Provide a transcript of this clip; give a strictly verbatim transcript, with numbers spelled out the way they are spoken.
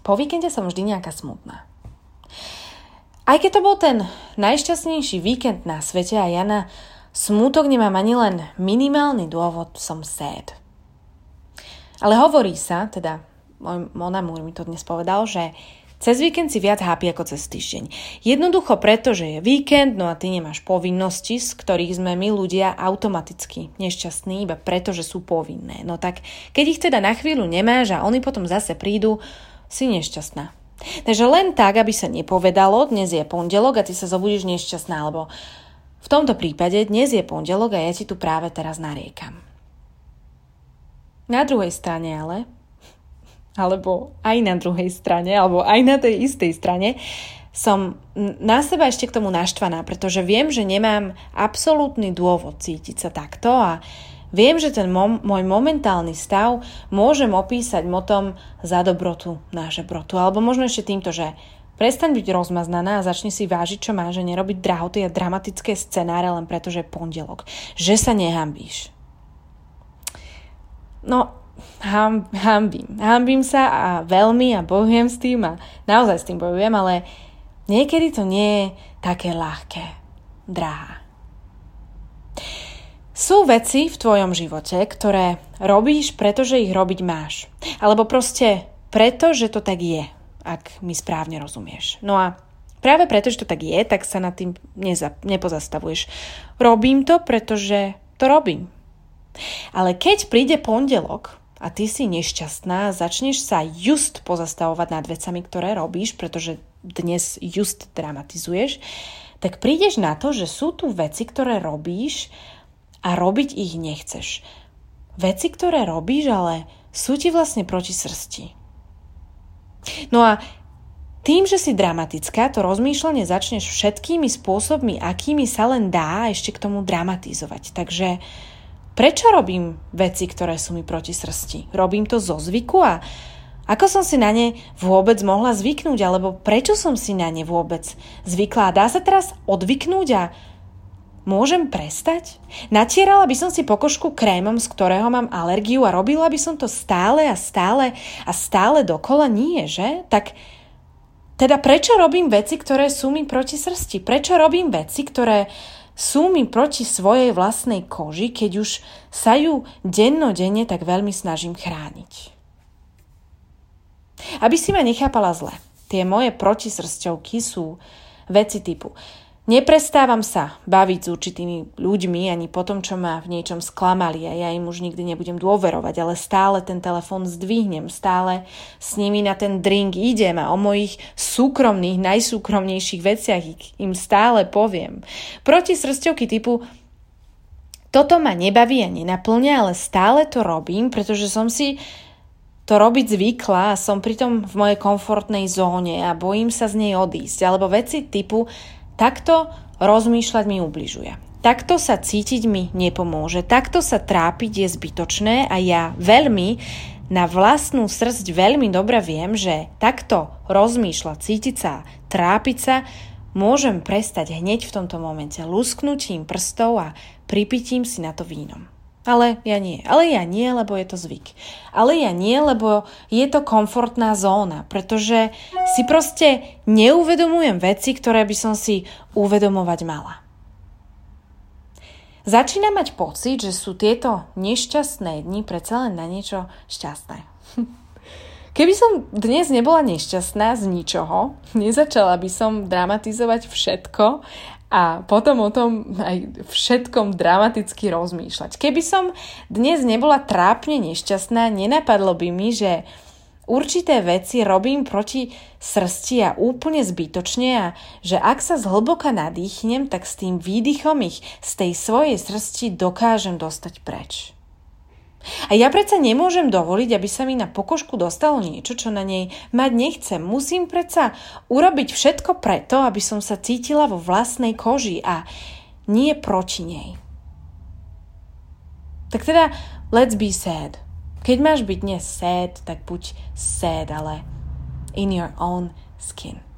po víkende som vždy nejaká smutná. Aj keď to bol ten najšťastnejší víkend na svete a ja na smútok nemám ani len minimálny dôvod, som sad. Ale hovorí sa, teda môj Monamúr mi to dnes povedal, že cez víkend si viac hápi ako cez týždeň. Jednoducho preto, že je víkend, no a ty nemáš povinnosti, z ktorých sme my ľudia automaticky nešťastní, iba preto, že sú povinné. No tak, keď ich teda na chvíľu nemáš a oni potom zase prídu, si nešťastná. Takže len tak, aby sa nepovedalo, dnes je pondelok a ty sa zobudíš nešťastná, lebo v tomto prípade dnes je pondelok a ja ti tu práve teraz nariekam. Na druhej strane ale... alebo aj na druhej strane, alebo aj na tej istej strane, som na seba ešte k tomu naštvaná, pretože viem, že nemám absolútny dôvod cítiť sa takto a viem, že ten mom, môj momentálny stav môžem opísať motom za dobrotu na žebrotu. Alebo možno ešte týmto, že prestaň byť rozmaznaná a začni si vážiť, čo máš, že nerobiť drahoty a dramatické scenáre len preto, že je pondelok. Že sa nehambíš. No, Ham, hambím. Hambím sa a veľmi a bojujem s tým a naozaj s tým bojujem, ale niekedy to nie je také ľahké, drahá. Sú veci v tvojom živote, ktoré robíš, pretože ich robiť máš. Alebo proste preto, že to tak je, ak mi správne rozumieš. No a práve preto, že to tak je, tak sa nad tým neza, nepozastavuješ. Robím to, pretože to robím. Ale keď príde pondelok, a ty si nešťastná, začneš sa just pozastavovať nad vecami, ktoré robíš, pretože dnes just dramatizuješ, tak prídeš na to, že sú tu veci, ktoré robíš a robiť ich nechceš. Veci, ktoré robíš, ale sú ti vlastne proti srsti. No a tým, že si dramatická, to rozmýšľanie začneš všetkými spôsobmi, akými sa len dá ešte k tomu dramatizovať. Takže prečo robím veci, ktoré sú mi proti srsti? Robím to zo zvyku a ako som si na ne vôbec mohla zvyknúť? Alebo prečo som si na ne vôbec zvykla? Dá sa teraz odvyknúť a môžem prestať? Natierala by som si pokožku krémom, z ktorého mám alergiu a robila by som to stále a stále a stále dokola? Nie, že? Tak teda prečo robím veci, ktoré sú mi proti srsti? Prečo robím veci, ktoré sú mi proti svojej vlastnej koži, keď už sa ju dennodenne tak veľmi snažím chrániť? Aby si ma nechápala zle, tie moje protisrsťovky sú veci typu: neprestávam sa baviť s určitými ľuďmi ani po tom, čo ma v niečom sklamali a ja im už nikdy nebudem dôverovať, ale stále ten telefón zdvihnem, stále s nimi na ten drink idem a o mojich súkromných, najsúkromnejších veciach im stále poviem. Proti srsťovky typu: toto ma nebaví a nenaplňa, ale stále to robím, pretože som si to robiť zvykla a som pritom v mojej komfortnej zóne a bojím sa z nej odísť. Alebo veci typu: takto rozmýšľať mi ubližuje. Takto sa cítiť mi nepomôže. Takto sa trápiť je zbytočné a ja veľmi na vlastnú srsť veľmi dobre viem, že takto rozmýšľať, cítiť sa, trápiť sa môžem prestať hneď v tomto momente lusknutím prstov a pripitím si na to vínom. Ale ja nie. Ale ja nie, lebo je to zvyk. Ale ja nie, lebo je to komfortná zóna, pretože si proste neuvedomujem veci, ktoré by som si uvedomovať mala. Začínam mať pocit, že sú tieto nešťastné dni predsa len na niečo šťastné. Keby som dnes nebola nešťastná z ničoho, nezačala by som dramatizovať všetko a potom o tom aj všetkom dramaticky rozmýšľať. Keby som dnes nebola trápne nešťastná, nenapadlo by mi, že určité veci robím proti srsti a úplne zbytočne a že ak sa zhlboka nadýchnem, tak s tým výdychom ich z tej svojej srsti dokážem dostať preč. A ja predsa nemôžem dovoliť, aby sa mi na pokožku dostalo niečo, čo na nej mať nechcem. Musím predsa urobiť všetko preto, aby som sa cítila vo vlastnej koži a nie proti nej. Tak teda, let's be sad. Keď máš byť dnes sad, tak buď sad, ale in your own skin.